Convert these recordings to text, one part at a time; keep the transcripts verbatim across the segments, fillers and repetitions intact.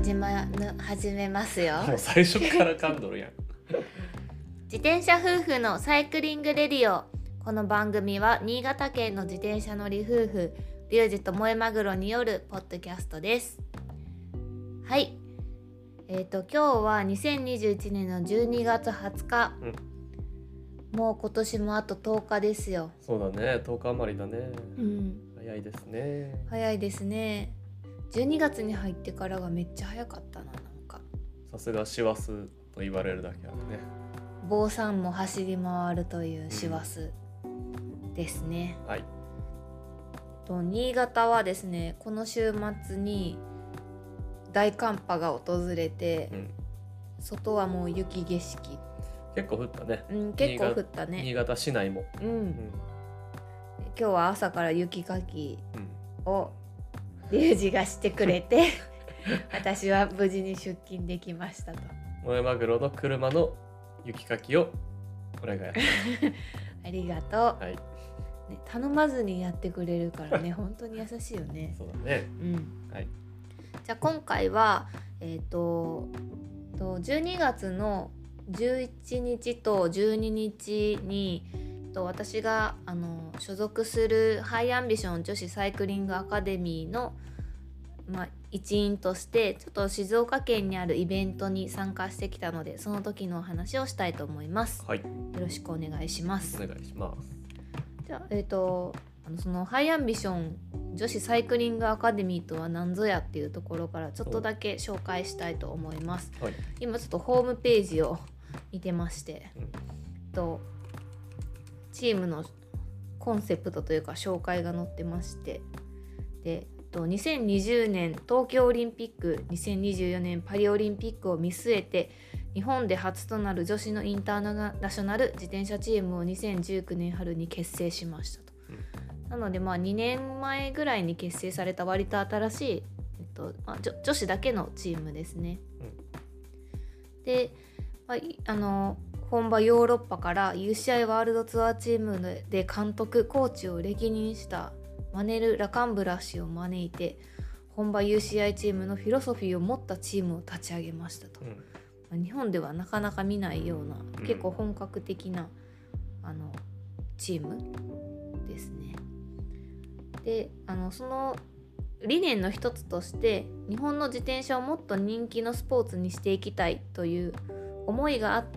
始ま始めますよ。 もう最初から噛んどるやん自転車夫婦のサイクリングレディオ。この番組は新潟県の自転車乗り夫婦リュウジと萌えマグロによるポッドキャストです。はい、えーと今日はにせんにじゅういちねんのじゅうにがつはつか、うん、もう今年もあととおかですよ。 そうだね、とおか余りだね、 うん、 早いですね。 早いですね。じゅうにがつに入ってからがめっちゃ早かったな。なんかさすが師走と言われるだけあるね。 坊さんも走り回るという師走ですね、 うん、はい。 と新潟はですね、この週末に大寒波が訪れて、うん、外はもう雪景色。 結構降ったね、 うん、結構降ったね。 新潟市内も、 うんうん、今日は朝から雪かきをリュウジがしてくれて私は無事に出勤できましたと。 萌えマグロの車の雪かきを俺がやったありがとう、 はい、 ね、頼まずにやってくれるからね本当に優しいよね。 そうだね、 うん、 はい。 じゃあ今回は、えー、とじゅうにがつのじゅういちにちとじゅうににちに私があの所属するハイアンビション女子サイクリングアカデミーの、まあ、一員としてちょっと静岡県にあるイベントに参加してきたので、その時のお話をしたいと思います。 はい、 よろしくお願いします。 お願いします。 じゃあ、えーと、あのそのハイアンビション女子サイクリングアカデミーとは何ぞやっていうところからちょっとだけ紹介したいと思います。はい、今ちょっとホームページを見てまして、うん、とチームのコンセプトというか紹介が載ってまして、でにせんにじゅうねん東京オリンピック、にせんにじゅうよねんパリオリンピックを見据えて日本で初となる女子のインターナショナル自転車チームをにせんじゅうきゅうねん春に結成しましたと、うん、なのでまあにねんまえぐらいに結成された割と新しい、えっとまあ、女, 女子だけのチームですね、うん、で、まあ、あの本場ヨーロッパから ユーシーアイ ワールドツアーチームで監督コーチを歴任したマネル・ラカンブラ氏を招いて本場 ユーシーアイ チームのフィロソフィーを持ったチームを立ち上げましたと、うん、日本ではなかなか見ないような結構本格的なあのチームですね。で、あのその理念の一つとして日本の自転車をもっと人気のスポーツにしていきたいという思いがあって、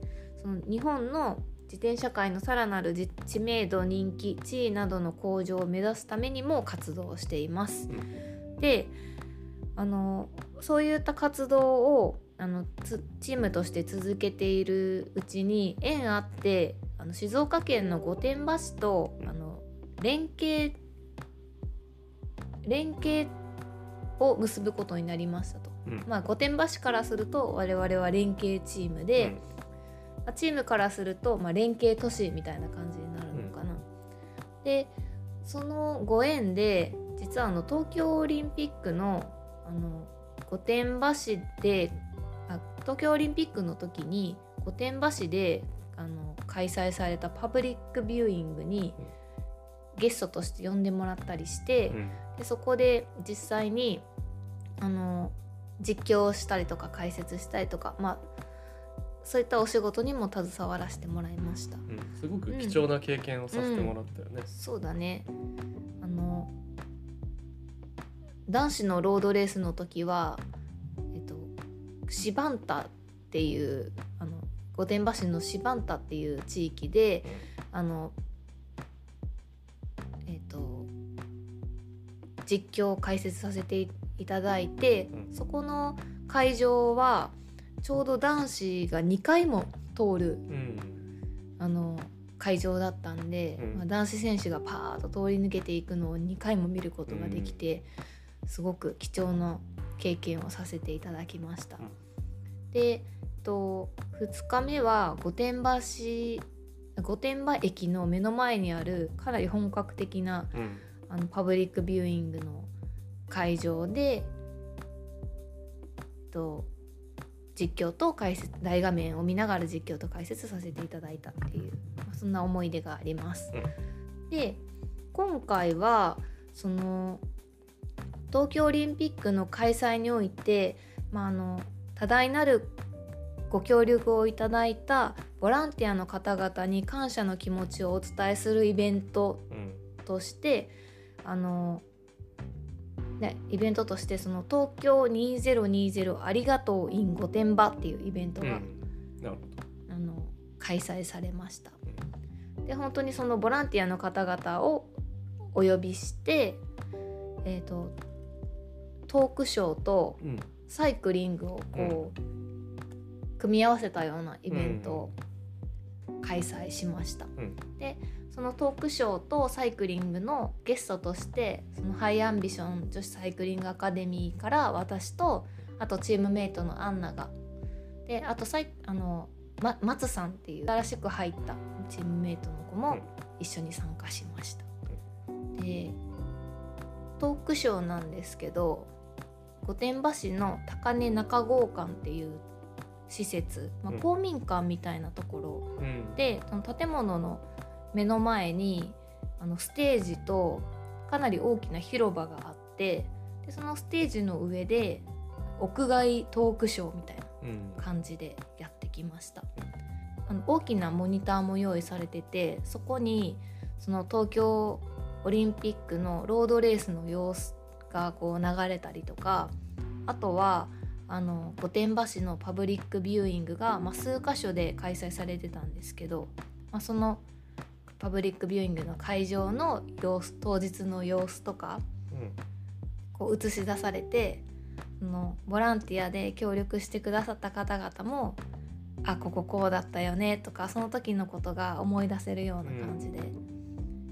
その日本の自転車界のさらなる知名度、人気、地位などの向上を目指すためにも活動をしています。で、あのそういった活動をあのチームとして続けているうちに縁あってあの静岡県の御殿場市とあの連携連携を結ぶことになりましたと、うん、まあ御殿場市からすると我々は連携チームで、うんチームからすると、まあ、連携都市みたいな感じになるのかな、うん、でそのご縁で実はあの東京オリンピックのあの御殿場市であ東京オリンピックの時に御殿場市であの開催されたパブリックビューイングにゲストとして呼んでもらったりして、うん、でそこで実際にあの実況をしたりとか解説したりとか、まあそういったお仕事にも携わらせてもらいました、うん、 すごく貴重な経験をさせてもらったよね、 うんうん、そうだね。あの男子のロードレースの時は、えっと、シバンタっていうあの御殿場市のシバンタっていう地域で、うん、あのえっと実況を解説させていただいて、うん、そこの会場はちょうど男子がにかいも通る、うん、あの会場だったんで、うんまあ、男子選手がパーッと通り抜けていくのをにかいも見ることができて、うん、すごく貴重な経験をさせていただきました、うん、で、えっと、ふつかめは御殿場市御殿場駅の目の前にあるかなり本格的な、うん、あのパブリックビューイングの会場で、えっと実況と解説、大画面を見ながら実況と解説させていただいたっていう、まあ、そんな思い出があります、うん、で今回はその東京オリンピックの開催においてまあ、あの多大なるご協力をいただいたボランティアの方々に感謝の気持ちをお伝えするイベントとして、うん、あのね、イベントとしてその東京にせんにじゅうありがとう in 御殿場っていうイベントが、うん、なるほど、あの開催されました。うん、で本当にそのボランティアの方々をお呼びして、えーと、トークショーとサイクリングをこう、うん、組み合わせたようなイベントを開催しました。うん、でそのトークショーとサイクリングのゲストとしてそのハイアンビション女子サイクリングアカデミーから私とあとチームメイトのアンナがであとサイあの、ま、松さんっていう新しく入ったチームメイトの子も一緒に参加しました。でトークショーなんですけど御殿場市の高根中郷館っていう施設、まあ、公民館みたいなところで、うん、その建物の目の前にあのステージとかなり大きな広場があってでそのステージの上で屋外トークショーみたいな感じでやってきました。うん、あの大きなモニターも用意されててそこにその東京オリンピックのロードレースの様子がこう流れたりとかあとはあの御殿場市のパブリックビューイングが、まあ、数カ所で開催されてたんですけど、まあ、そのパブリックビューイングの会場の様子当日の様子とか、うん、こう映し出されてそのボランティアで協力してくださった方々もあこここうだったよねとかその時のことが思い出せるような感じで、うん、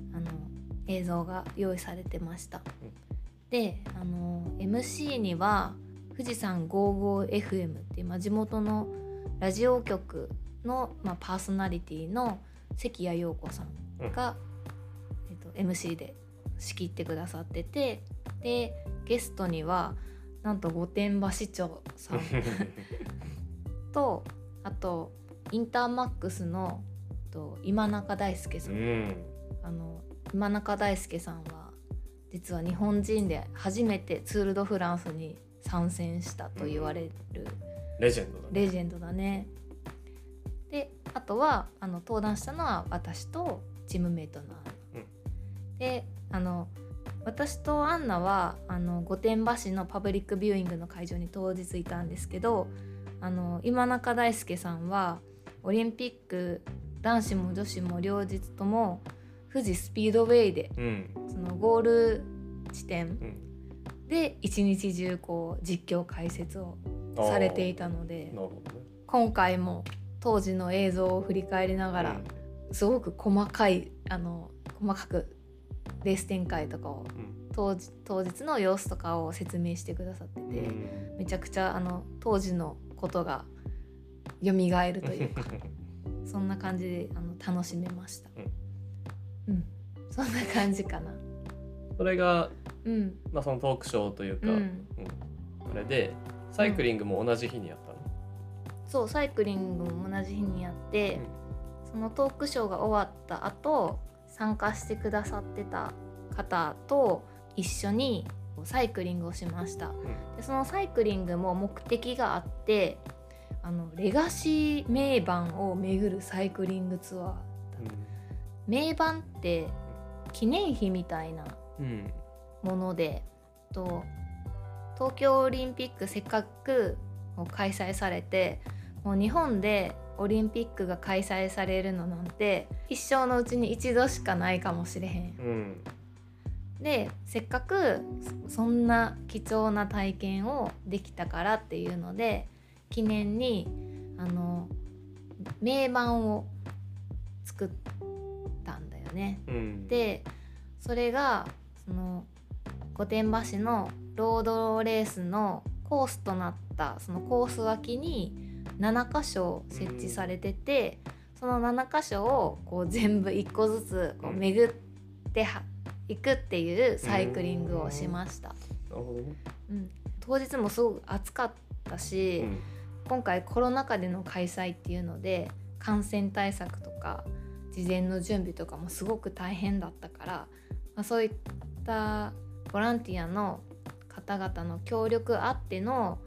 あの映像が用意されてました。うん、であの エムシー には富士山 ごじゅうごエフエム っていう、まあ、地元のラジオ局の、まあ、パーソナリティの関谷陽子さんが、うんえっと、エムシー で仕切ってくださっててでゲストにはなんと御殿場市長さんとあとインターマックスのと今中大輔さん、うん、あの今中大輔さんは実は日本人で初めてツール・ド・フランスに参戦したと言われる、 うん、レジェンドだね。 レジェンドだね。であとはあの登壇したのは私とチームメイトのアンナ、うん、であの私とアンナはあの御殿場市のパブリックビューイングの会場に当日いたんですけどあの今中大輔さんはオリンピック男子も女子も両日とも富士スピードウェイで、うん、そのゴール地点、うんで一日中こう実況解説をされていたので、ね、今回も当時の映像を振り返りながら、うん、すごく細かいあの細かくレース展開とかを、うん、当時、当日の様子とかを説明してくださってて、うん、めちゃくちゃあの当時のことが蘇るというかそんな感じであの楽しめました、うん、うん、そんな感じかな。 それがうんまあ、そのトークショーというか、うんうん、あれでサイクリングも同じ日にやったの、 うん、そうサイクリングも同じ日にやって、うん、そのトークショーが終わった後参加してくださってた方と一緒にサイクリングをしました、うん、でそのサイクリングも目的があってあのレガシー名盤を巡るサイクリングツアーだった、うん、名盤って記念碑みたいな、うんものでと東京オリンピックせっかく開催されてもう日本でオリンピックが開催されるのなんて一生のうちに一度しかないかもしれへん、うん、でせっかくそんな貴重な体験をできたからっていうので記念にあの名盤を作ったんだよね、うん、でそれがその御殿場市のロードレースのコースとなったそのコース脇にななかしょ設置されてて、うん、そのななかしょをこう全部いっこずつこう巡っていくっていうサイクリングをしました、うんうん、当日もすごく暑かったし、うん、今回コロナ禍での開催っていうので感染対策とか事前の準備とかもすごく大変だったから、まあ、そういったボランティアの方々の協力あっての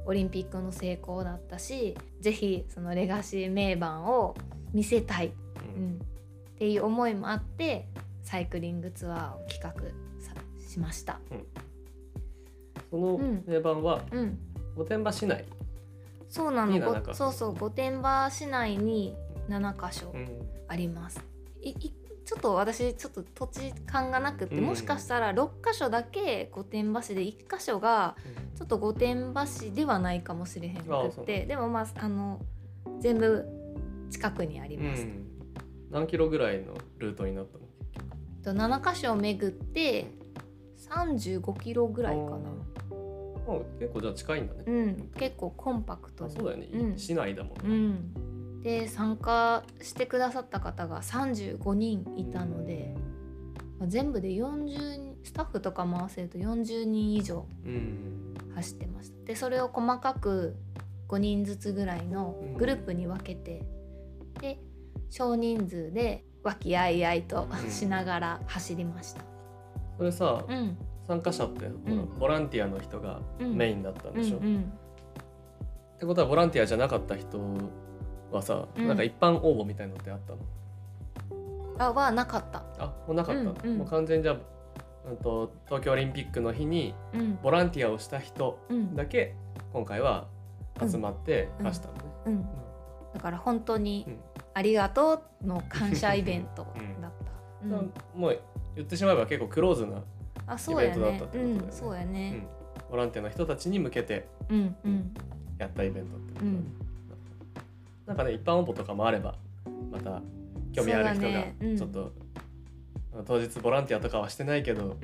オリンピックの成功だったし、ぜひそのレガシー名盤を見せたい、うんうん、っていう思いもあってサイクリングツアーを企画さしました、うん、 その名盤は御殿場市内、 そうなの、そうそう、御殿場市内にななかしょあります、うん、いいちょっと私ちょっと土地勘がなくて、うん、もしかしたらろっかしょだけ御殿場市でいっかしょがちょっと御殿場市ではないかもしれへんくって、でもまああの全部近くにあります、うん、 何キロぐらいのルートになったの？ とななかしょを巡ってさんじゅうごキロぐらいかな。 あ、結構じゃあ近いんだね。 うん、結構コンパクトに。 そうだよね、うん、市内だもんね、 うん、で参加してくださった方がさんじゅうごにんいたので、まあ、全部でよんじゅうにん、スタッフとかも合わせるとよんじゅうにん以上走ってました。でそれを細かくごにんずつぐらいのグループに分けて、で少人数で和気あいあいとしながら走りました。 それさ、うん、参加者って、うん、ボランティアの人がメインだったんでしょ、うんうんうん、ってことはボランティアじゃなかった人はさ、うん、なんか一般応募みたいなのってあったの？ あはなかった。 あ、もうなかった、うんうん、もう完全にじゃあ、うんと、東京オリンピックの日にボランティアをした人だけ今回は集まって走ったのね、うんうんうん、 だから本当にありがとうの感謝イベントだった、 うんうん、もう言ってしまえば結構クローズなイベントだったってことだよね。 そうやね、うん、 ボランティアの人たちに向けてやったイベントってことだね、うん、なんかね一般応募とかもあればまた興味ある人がちょっと、ねうん、当日ボランティアとかはしてないけど、うん、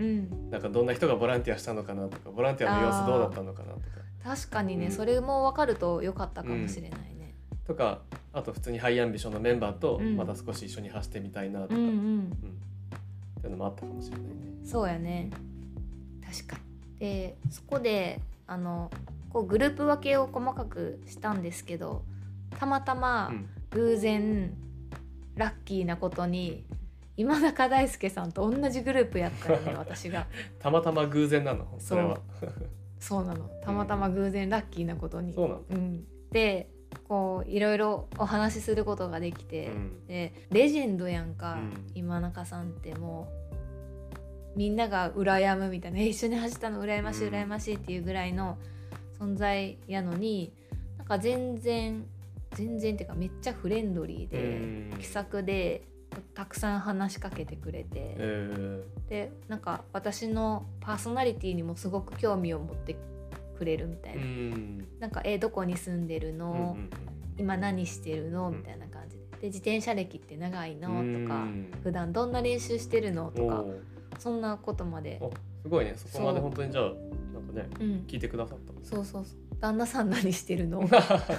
なんかどんな人がボランティアしたのかなとか、ボランティアの様子どうだったのかなとか、 確かにね、うん、それも分かると良かったかもしれないね、 うん、とかあと普通にハイアンビションのメンバーとまた少し一緒に走ってみたいなとか、うんうんうん、っていうのもあったかもしれないね。 そうやね、確かに。でそこであのこうグループ分けを細かくしたんですけど、たまたま偶然、うん、ラッキーなことに今中大輔さんと同じグループやったよね私が。 たまたま偶然なのそれは。 そうなの、たまたま偶然ラッキーなことに、 そうなの、 うん、でこういろいろお話しすることができて、うん、でレジェンドやんか、うん、今中さんってもうみんなが羨むみたいな、一緒に走ったの羨ましい羨ましいっていうぐらいの存在やのに、なんか全然全然っていうかめっちゃフレンドリーで、うん、気さくでたくさん話しかけてくれて、えー、でなんか私のパーソナリティにもすごく興味を持ってくれるみたいな、うん、なんかえどこに住んでるの、うんうんうん、今何してるのみたいな感じで、で自転車歴って長いのとか、うん、普段どんな練習してるのとか、そんなことまで。 すごいね、そこまで本当にじゃあなんかね、うん、聞いてくださった、ね、 そうそうそう、旦那さん何してるの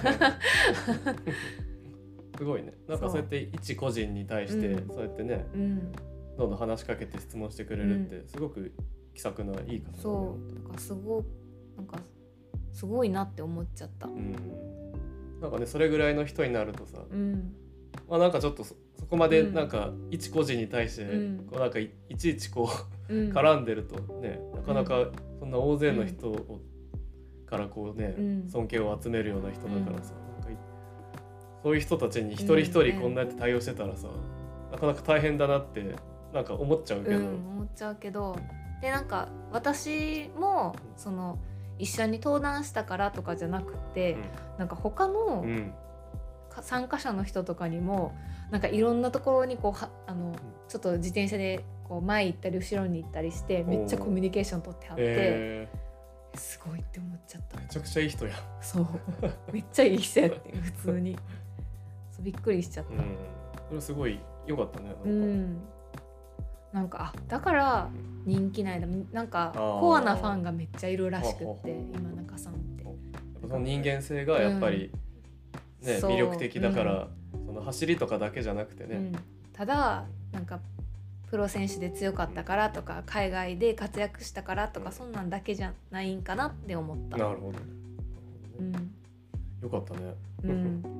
すごいね、なんかそうやって一個人に対してそうやってね、うん、どんどん話しかけて質問してくれるってすごく気さくないい方だね。 そうなんかすごなんかすごいなって思っちゃった、うん、 なんかねそれぐらいの人になるとさ、うん、まあなんかちょっと そ, そこまでなんか一個人に対してこうなんか い, いちいちこう、うん、絡んでるとね、なかなかそんな大勢の人を、うん、からこうね、うん、尊敬を集めるような人だからさ、うんそういう人たちに一人一人こんなやって対応してたらさ、うん、なかなか大変だなってなんか思っちゃうけど、うん、 思っちゃうけど、でなんか私もその一緒に登壇したからとかじゃなくて、うん、なんか他の参加者の人とかにもなんかいろんなところにこうはあのちょっと自転車でこう前行ったり後ろに行ったりしてめっちゃコミュニケーション取ってはって、えー、すごいって思っちゃった。 めちゃくちゃいい人や。 そうめっちゃいい人やって普通にびっくりしちゃった、うん、 それすごい良かったね。なんか、うん、 なんかあだから人気ないだ、なんかコアなファンがめっちゃいるらしくって今中さんってその人間性がやっぱり、うんね、魅力的だから、うん、その走りとかだけじゃなくてね、うん、 ただなんかプロ選手で強かったからとか海外で活躍したからとかそんなんだけじゃないんかなって思った。 なるほど、うん、よかったね、 うん、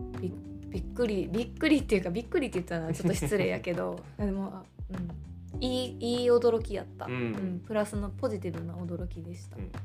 び, びっくりびっくりっていうかびっくりって言ったのはちょっと失礼やけどでもあ、うん、いいいい驚きやった、うんうん、プラスのポジティブな驚きでした、うん、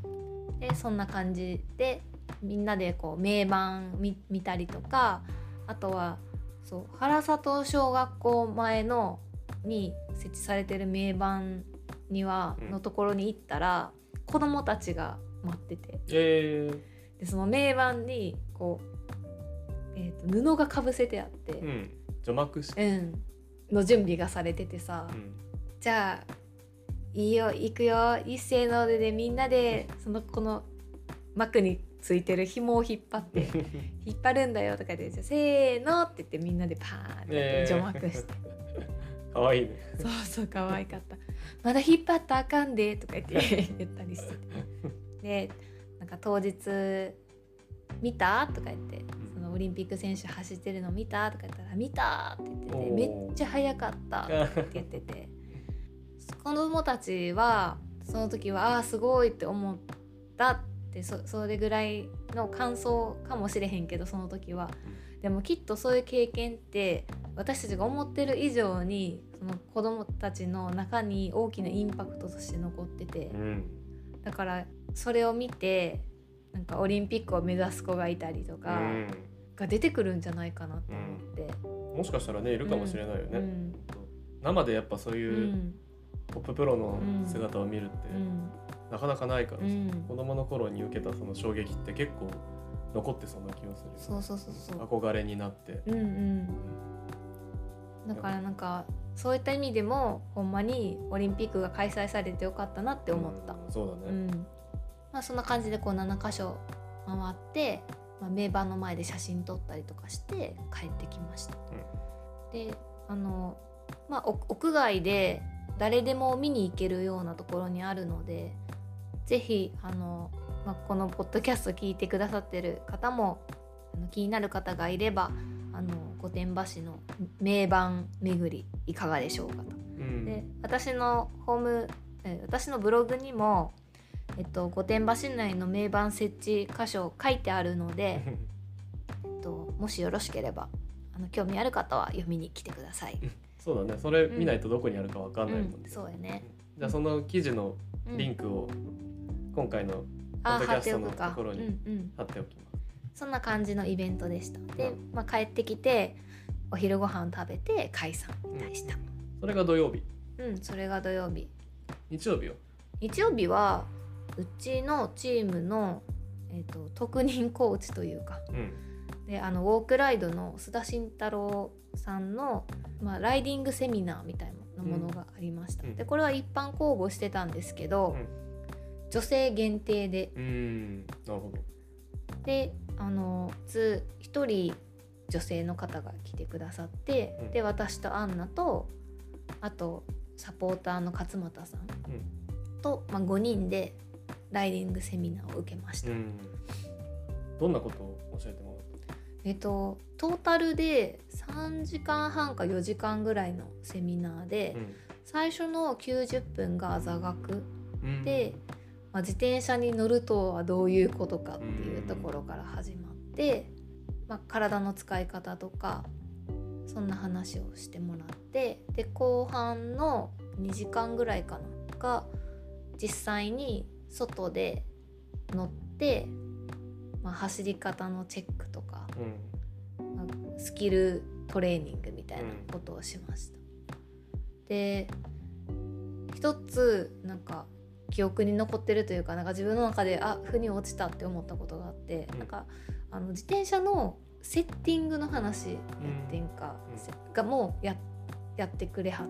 でそんな感じでみんなでこう名盤 見, 見たりとか、あとはそう原里小学校前のに設置されてる名盤庭のところに行ったら、うん、子供たちが待ってて、 えー、でその名盤にこう、えー、と布がかぶせてあって、 うん、除幕式、 うん、の準備がされててさ、うん、じゃあいいよ行くよ一斉の腕でみんなでそのこの幕についてる紐を引っ張って引っ張るんだよとか言って、せーのって言ってみんなでパーンって除幕して、 えー、かわいいね。 そうそうかわいかった。まだ引っ張ったらあかんでとか言って言ったりしててでなんか当日見たとか言って、そのオリンピック選手走ってるの見たとか言ったら見たって言ってて、めっちゃ速かったって言ってて子供たちはその時はあーすごいって思ったってそ, それぐらいの感想かもしれへんけど、その時はでもきっとそういう経験って私たちが思ってる以上にその子供たちの中に大きなインパクトとして残ってて、うん、だからそれを見てなんかオリンピックを目指す子がいたりとかが出てくるんじゃないかなと思って、 うん、もしかしたらねいるかもしれないよね、うん、生でやっぱそういうトッププロの姿を見るって、うん、なかなかないからさ、うん、子供の頃に受けたその衝撃って結構残ってそうな気がする。 そうそうそうそう、 憧れになって、 うんうん、だからなんかそういった意味でもほんまにオリンピックが開催されてよかったなって思った、 うん、そうだね、 うんまあ、そんな感じでこうななか所回って、まあ、名盤の前で写真撮ったりとかして帰ってきました、うん、であの、まあ、屋外で誰でも見に行けるようなところにあるので、ぜひあの、まあ、このポッドキャスト聞いてくださってる方もあの気になる方がいればあの御殿場市の名盤巡りいかがでしょうかと、うん、で私のホームえ私のブログにも、えっと、御殿場市内の名盤設置箇所書いてあるので、えっと、もしよろしければあの興味ある方は読みに来てください。 そうだね、それ見ないとどこにあるか分かんないもんね、 うんうん、そうやね。 じゃあその記事のリンクを今回のポッドキャストのところに貼っておきます。 そんな感じのイベントでした。で、まあ、帰ってきてお昼ご飯食べて解散でした、うん、 それが土曜日。 うん、それが土曜日。 日曜日は日曜日はうちのチームの、えーと、特任コーチというか、うん、であのウォークライドの須田慎太郎さんの、まあ、ライディングセミナーみたいなものがありました、うん、でこれは一般公募してたんですけど、うん、女性限定で、 うーん、なるほど。 であのつ一人女性の方が来てくださって、うん、で私とアンナとあとサポーターの勝俣さんと、うんまあ、ごにんでライディングセミナーを受けました、うん、 どんなことを教えてもらった？ えっと、トータルでさんじかんはんかよじかんぐらいのセミナーで、うん、最初のきゅうじゅっぷんが座学、うん、で、まあ、自転車に乗るとはどういうことかっていうところから始まって、まあ、体の使い方とかそんな話をしてもらって、で後半のにじかんぐらいかなが実際に外で乗って、まあ、走り方のチェックとか、うんまあ、スキルトレーニングみたいなことをしました、うん、で一つなんか記憶に残ってるというか、なんか自分の中であ腑に落ちたって思ったことがあって、うん、なんかあの自転車のセッティングの話やってんか、うん、がもう や, やってくれはって、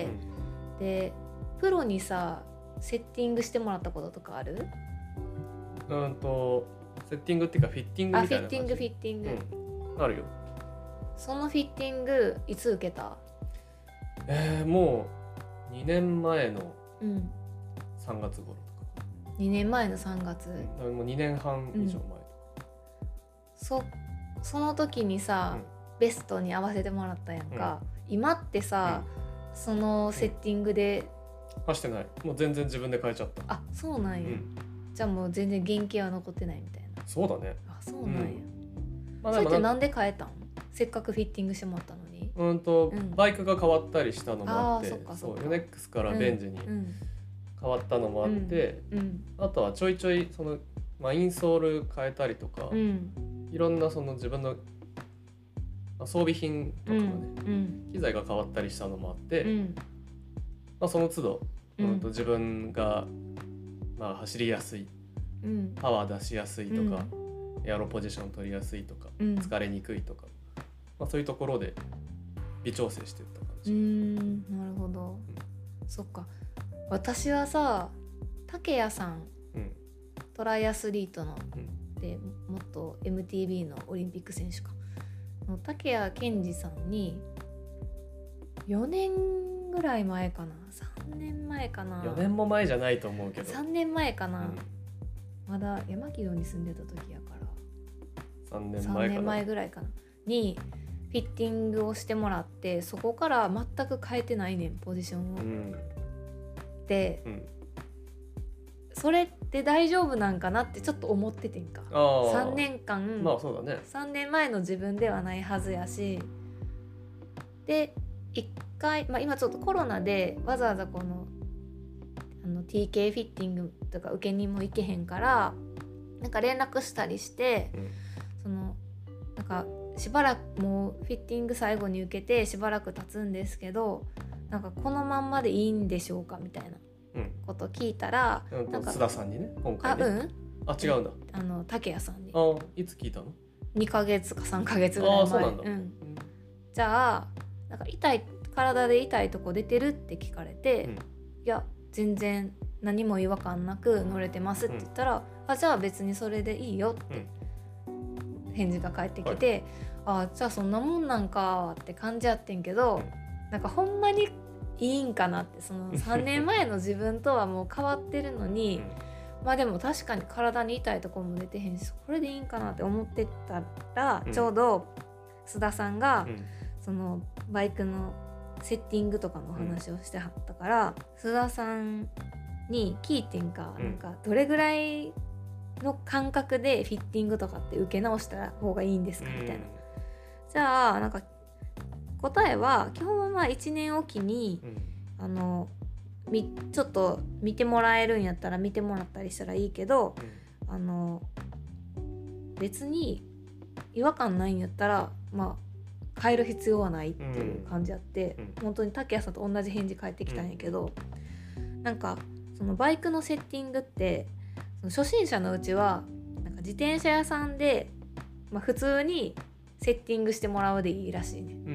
うん、でプロにさセッティングしてもらったこととかある？ うんとセッティングっていうかフィッティングみたいな感じ。 あ、フィッティングフィッティング、 うん、あるよ。 そのフィッティングいつ受けた？ えー、もうにねんまえのさんがつ頃とか、 うん、にねんまえのさんがつ、 うん、もうにねんはん以上前とか、うん、 そ, その時にさ、うん、ベストに合わせてもらったやんか、うん、今ってさ、うん、そのセッティングで、 うん、走ってない。もう全然自分で変えちゃった。 あ、そうなんや、うん、じゃあもう全然原型は残ってないみたいな。 そうだね。 あ、そうなんや、うんまあ、それってなんで変えたん？せっかくフィッティングしてもらったのに。 うんと、うん、バイクが変わったりしたのもあって、そうヨネックスからベンジに変わったのもあって、うんうん、あとはちょいちょいその、まあ、インソール変えたりとか、うん、いろんなその自分の装備品とかがね、うん、機材が変わったりしたのもあって、うん、まあ、その都度、うん、自分が、まあ、走りやすい、うん、パワー出しやすいとか、うん、エアロポジション取りやすいとか、うん、疲れにくいとか、まあ、そういうところで微調整していった感じ。 うーん、なるほど、うん、そっか。私はさ、竹谷さん、うん、トライアスリートの、うん、で元 エムティービー のオリンピック選手かの竹谷健二さんによねんぐらい前かな、さんねんまえかな、 よねんも前じゃないと思うけどさんねんまえかな、うん、まだ山木戸に住んでた時やからさんねんまえかな、 さんねんまえぐらいかなにフィッティングをしてもらって、そこから全く変えてないねん、ポジションを、うん、で、うん、それって大丈夫なんかなってちょっと思っててんか。さんねんかん、 まあそうだね、 さんねんまえの自分ではないはずやし、でいっかい、まあ、今ちょっとコロナでわざわざこのあの ティーケー フィッティングとか受けにも行けへんから、なんか連絡したりして、うん、そのなんかしばらくもうフィッティング最後に受けてしばらく経つんですけど、なんかこのまんまでいいんでしょうかみたいなこと聞いたら、 うん、なんか須田さんにね、今回ね、 あ、うん、 あ、違うんだ、 あの竹谷さんに。 あ、いつ聞いたの？ にかげつかさんかげつぐらい前。あ、そうなんだ、うん、じゃあなんか痛い、体で痛いとこ出てるって聞かれて、うん、いや全然何も違和感なく乗れてますって言ったら、うん、あ、じゃあ別にそれでいいよって返事が返ってきて、はい、あ、じゃあそんなもんなんかって感じやってんけど、うん、なんかほんまにいいんかなって、そのさんねんまえの自分とはもう変わってるのに、うん、まあでも確かに体に痛いところも出てへんし、これでいいんかなって思ってたら、うん、ちょうど須田さんが、うん、そのバイクのセッティングとかの話をしてはったから、うん、須田さんに聞いてんか、うん、なんかどれぐらいの感覚でフィッティングとかって受け直した方がいいんですかみたいな、うん、じゃあなんか答えは基本はまあいちねんおきに、うん、あのみちょっと見てもらえるんやったら見てもらったりしたらいいけど、うん、あの別に違和感ないんやったらまあ変える必要はないっていう感じあって、うん、本当に竹谷さんと同じ返事返ってきたんやけど、うん、なんかそのバイクのセッティングってその初心者のうちはなんか自転車屋さんで、まあ、普通にセッティングしてもらうでいいらしいね、うんうんうん、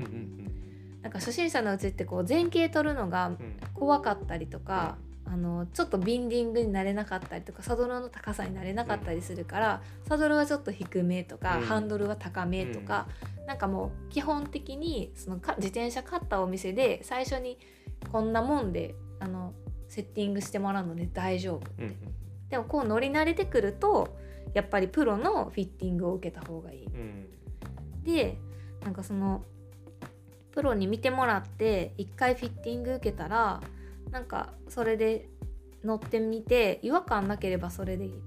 なんか初心者のうちってこう前傾取るのが怖かったりとか、うん、あのちょっとビンディングになれなかったりとかサドルの高さになれなかったりするから、うん、サドルはちょっと低めとか、うん、ハンドルは高めとか、うん、なんかもう基本的にそのか自転車買ったお店で最初にこんなもんであのセッティングしてもらうので大丈夫って、うんうん、でもこう乗り慣れてくるとやっぱりプロのフィッティングを受けた方がいい、うん、でなんかそのプロに見てもらって一回フィッティング受けたらなんかそれで乗ってみて違和感なければそれでいい、うん、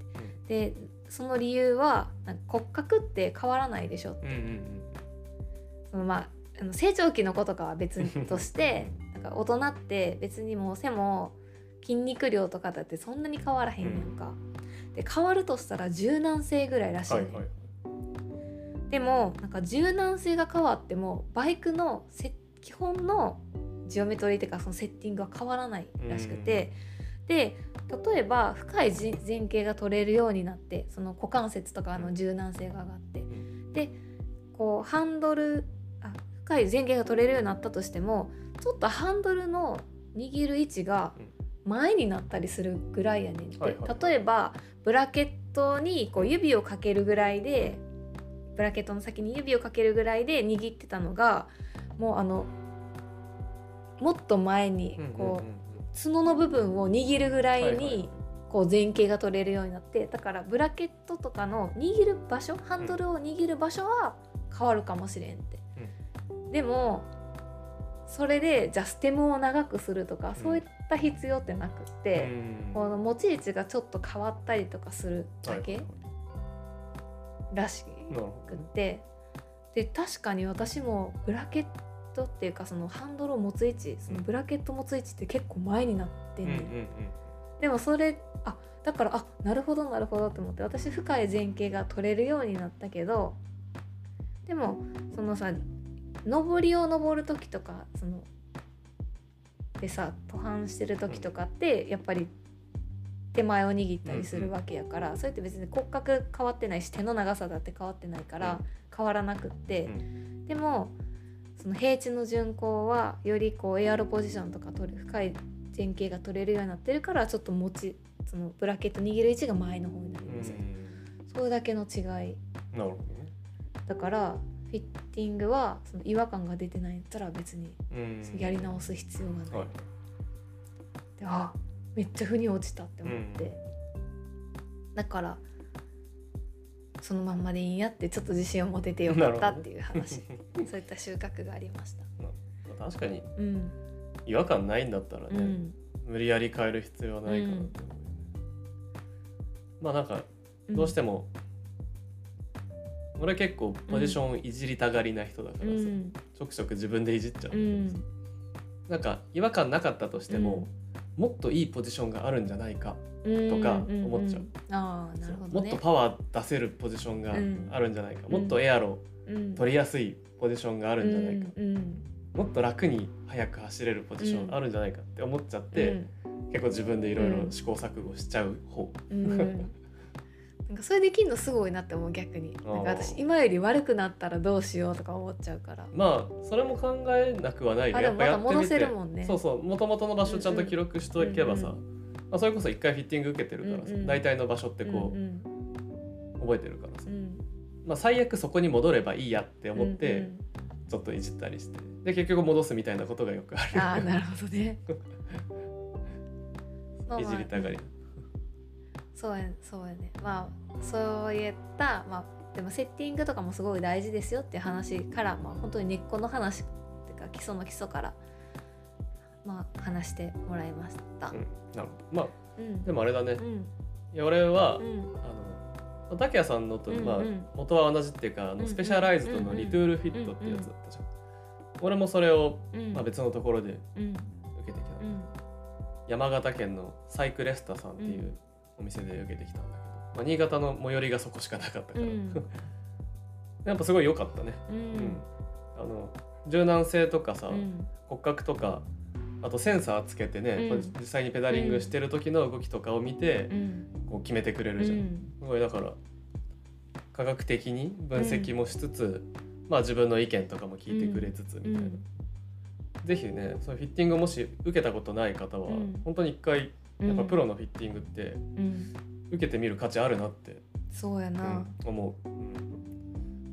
でその理由はなんか骨格って変わらないでしょって、うんうんうん、そのまああの成長期の子とかは別としてなんか大人って別にもう背も筋肉量とかだってそんなに変わらへんやんか、うん、で変わるとしたら柔軟性ぐらいらしいね、はいはい、でもなんか柔軟性が変わってもバイクのせ基本のジオメトリーというかそのセッティングは変わらないらしくて、うん、で例えば深い前傾が取れるようになってその股関節とかの柔軟性が上がって、うん、でこうハンドルあ深い前傾が取れるようになったとしてもちょっとハンドルの握る位置が前になったりするぐらいやねんって、はいはい、例えばブラケットにこう指をかけるぐらいでブラケットの先に指をかけるぐらいで握ってたのがもうあのもっと前にこう角の部分を握るぐらいにこう前傾が取れるようになってだからブラケットとかの握る場所ハンドルを握る場所は変わるかもしれんって、うん、でもそれでじゃあステムを長くするとか、うん、そういった必要ってなくって、うん、この持ち位置がちょっと変わったりとかするだけ、はい、らしくって、で確かに私もブラケットっていうかそのハンドルを持つ位置そのブラケット持つ位置って結構前になってんね、うんうんうん、 でもそれあだからあなるほどなるほどと思って、私深い前傾が取れるようになったけど、でもそのさ上りを登る時とかそのでさ登攀してる時とかってやっぱり手前を握ったりするわけやから、うんうん、それって別に骨格変わってないし手の長さだって変わってないから変わらなくって、うん、でもその平地の巡行はよりこうエアロポジションとか取る深い前傾が取れるようになってるから、ちょっと持ちそのブラケット握る位置が前の方になりますよ、うん、それだけの違い。 なるほどね。 だからフィッティングはその違和感が出てないんだったら別にやり直す必要がない、はい、であめっちゃ腑に落ちたって思って、うん、だからそのまんまでいいんやってちょっと自信を持ててよかったっていう話そういった収穫がありました。 確かに、うん、違和感ないんだったらね、うん、無理やり変える必要はないかなって思うよね、うん、まあなんかどうしても、うん、俺結構ポジションいじりたがりな人だからさ、うん、ちょくちょく自分でいじっちゃう、うん、なんか違和感なかったとしても、うん、もっといいポジションがあるんじゃないかとか思っちゃう、うんうんうん、あーなるほどね、もっとパワー出せるポジションがあるんじゃないか、うん、もっとエアロ取りやすいポジションがあるんじゃないか、うんうん、もっと楽に速く走れるポジションあるんじゃないかって思っちゃって、うん、結構自分でいろいろ試行錯誤しちゃう方、うんうん、 なんかそれできるのすごいなって思う。逆になんか私今より悪くなったらどうしようとか思っちゃうから、 まあそれも考えなくはないよ。やっぱやってみて、 戻せるもんね。 そうそう、元々の場所ちゃんと記録しとけばさ、うんうん、まあ、それこそ一回フィッティング受けてるからさ、うんうん、大体の場所ってこう、うんうん、覚えてるからさ、うん、まあ、最悪そこに戻ればいいやって思って、うんうん、ちょっといじったりして、で結局戻すみたいなことがよくある。 ああ、なるほどね。 いじりたがり。 そうや、そうやね。まあそういった、まあでもセッティングとかもすごい大事ですよっていう話から、まあ本当に根っこの話っていうか基礎の基礎からまあ話してもらいました。うん、 なるほど。まあ、うん、でもあれだね。うん、いや俺は、うん、あの竹谷さんのと、うんうん、まあ元は同じっていうか、あのスペシャライズドのリトゥールフィットってやつだったじゃん。俺もそれを、まあ、別のところで受けてきた、うん、山形県のサイクレスタさんっていうお店で受けてきたんだけど、まあ、新潟の最寄りがそこしかなかったから、うん、やっぱすごい良かったね、うんうん、あの柔軟性とかさ、うん、骨格とかあとセンサーつけてね、うん、実際にペダリングしてる時の動きとかを見て、うん、こう決めてくれるじゃん、うん、すごいだから科学的に分析もしつつ、うん、まあ自分の意見とかも聞いてくれつつみたいな、うん、ぜひねそういうフィッティングもし受けたことない方は、うん、本当に一回やっぱプロのフィッティングって、うん、受けてみる価値あるなってそうやな、うん、 思う、うん、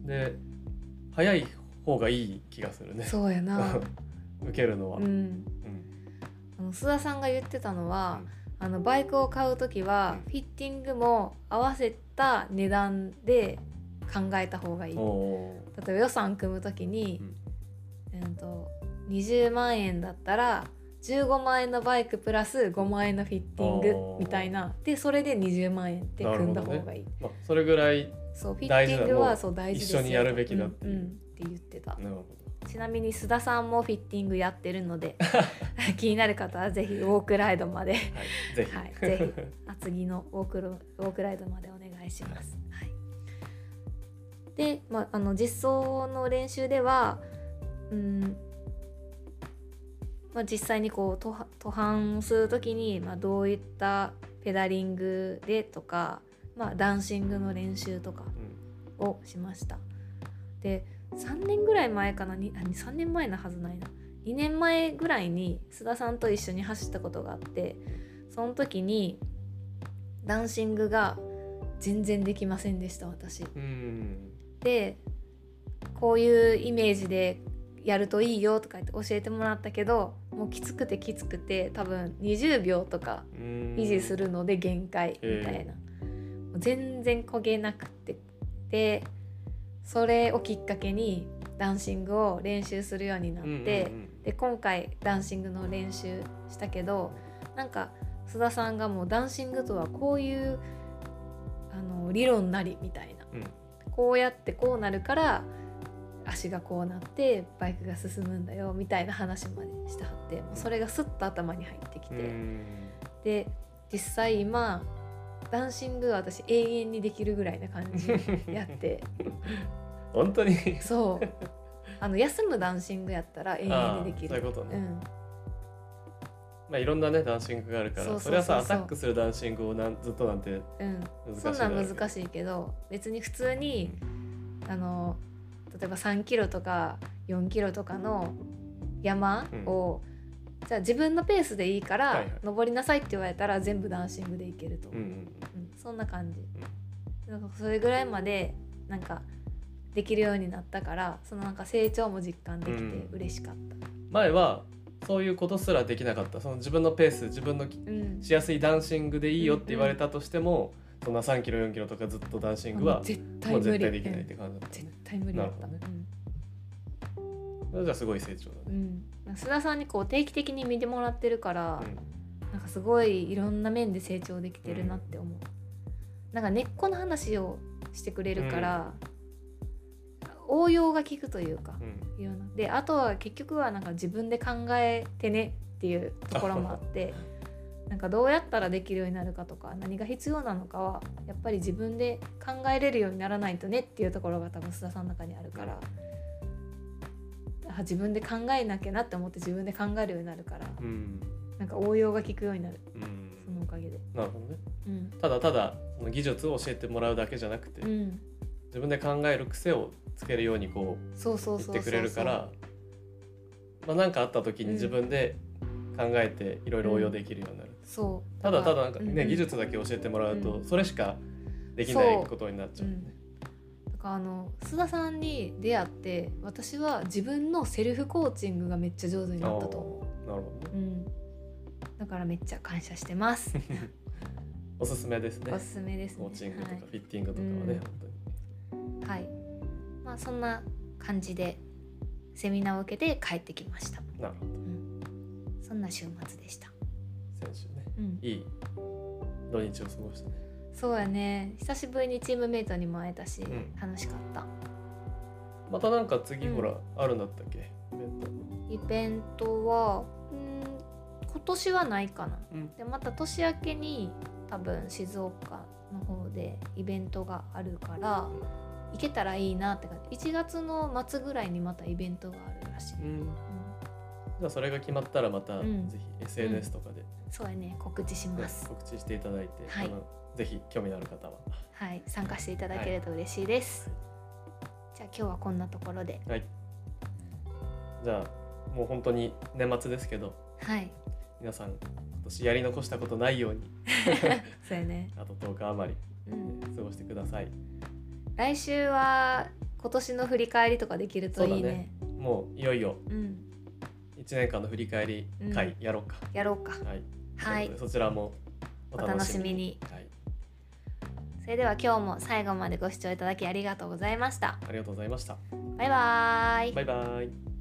で早い方がいい気がするね。 そうやな受けるのは、うんうん、 あの須田さんが言ってたのは、うん、あのバイクを買うときは、うん、フィッティングも合わせた値段で考えた方がいい。例えば予算組むときに、うんえー、とにじゅうまんえんだったらじゅうごまんえんのバイクプラスごまんえんのフィッティングみたいなでそれでにじゅうまんえんって組んだ方がいい、ねまあ、 それぐらいそうフィッティングはそう大事ですよ一緒にやるべきだっていう、 うんうん、って言ってた。なるほど。ちなみに須田さんもフィッティングやってるので気になる方はぜひウォークライドまで、はい、ぜひ、はい、ぜひ厚木のウォークロウォークライドまでお願いします、はい、で、まあ、あの実装の練習ではうんまあ、実際にこう登攀するときに、まあ、どういったペダリングでとか、まあ、ダンシングの練習とかをしました。でさんねんぐらい前かなにさんねんまえのはずないなにねんまえぐらいに須田さんと一緒に走ったことがあって、その時にダンシングが全然できませんでした私。うんでこういうイメージでやるといいよとか言って教えてもらったけど、もうきつくてきつくて多分にじゅうびょうとか維持するので限界みたいな、もう全然焦げなくて、でそれをきっかけにダンシングを練習するようになって、うんうんうん、で今回ダンシングの練習したけど、なんか須田さんがもうダンシングとはこういうあの理論なりみたいな、うん、こうやってこうなるから足がこうなってバイクが進むんだよみたいな話までしてはって、もうそれがスッと頭に入ってきて、で実際今ダンシングは私永遠にできるぐらいな感じやって本当にそうあの休むダンシングやったら永遠にできる。 そういうことね、 うん、 まあいろんなねダンシングがあるから、そうそうそうそう、それはさアタックするダンシングをなんずっとなんて難しい、うん、そんなん難しいけど別に普通に、うん、あの例えばさんキロとかよんキロとかの山を、うん、じゃあ自分のペースでいいから、はいはい、登りなさいって言われたら全部ダンシングでいけると、うんうんうん、そんな感じ、うん、なんかそれぐらいまでなんかできるようになったから、そのなんか成長も実感できて嬉しかった、うん、 前はそういうことすらできなかった。その自分のペース、自分のしやすいダンシングでいいよって言われたとしても、うんうん、そんなさんキロよんキロとかずっとダンシングは絶対無理、 もう絶対できないって感じだった、 ね、絶対無理だった、ね、 うん、じゃあすごい成長だね、 うん、須田さんにこう定期的に見てもらってるから、うん、なんかすごいいろんな面で成長できてるなって思う、うん、なんか根っこの話をしてくれるから、うん、応用が効くというか、うん、いうので、あとは結局はなんか自分で考えてねっていうところもあってなんかどうやったらできるようになるかとか何が必要なのかはやっぱり自分で考えれるようにならないとねっていうところが多分須田さんの中にあるから、うん、自分で考えなきゃなって思って自分で考えるようになるから、うん、なんか応用が効くようになる、うん、そのおかげで。 なるほどね、うん、ただただその技術を教えてもらうだけじゃなくて、うん、自分で考える癖をつけるようにこう言ってくれるから、まあ何かあった時に自分で考えていろいろ応用できるようになる、うん、そうただただなんかね、うん、技術だけ教えてもらうと、うん、それしかできないことになっちゃうね、 うん、だからあの須田さんに出会って私は自分のセルフコーチングがめっちゃ上手になったと思う。なるほどね、 うん、だからめっちゃ感謝してますおすすめですね。 おすすめですね。 コーチングとかフィッティングとかはね、はい、本当にはい、まあそんな感じでセミナーを受けて帰ってきました。 なるほど、うん、 そんな週末でした。 先週ね、うん、いい土日を過ごしたね。 そうやね、久しぶりにチームメイトにも会えたし、うん、楽しかった。 またなんか次ほら、うん、あるんだったっけ、イベント。 イベントはん今年はないかな、うん、でまた年明けに多分静岡の方でイベントがあるから、うん行けたらいいなって感じ。いちがつの末ぐらいにまたイベントがあるらしい、うんうん、 じゃあそれが決まったらまた、うん、ぜひ エスエヌエス とかで、うん、 そうやね、告知します、 ね、告知していただいて、はい、ぜひ興味のある方は、 はい、参加していただけると嬉しいです、はい、じゃあ今日はこんなところで、 はい、じゃあもう本当に年末ですけど、 はい、 皆さん今年やり残したことないようにそうやね、 あととおか余り、うん、過ごしてください。 来週は今年の振り返りとかできるといい ね, ねもういよいよいちねんかんの振り返り会やろうか、 うん、やろうか、 はい、 はい、 そちらもお楽しみに、 お楽しみに、 はい、 それでは今日も最後までご視聴いただきありがとうございました。 ありがとうございました。 バイバーイ。 バイバイ。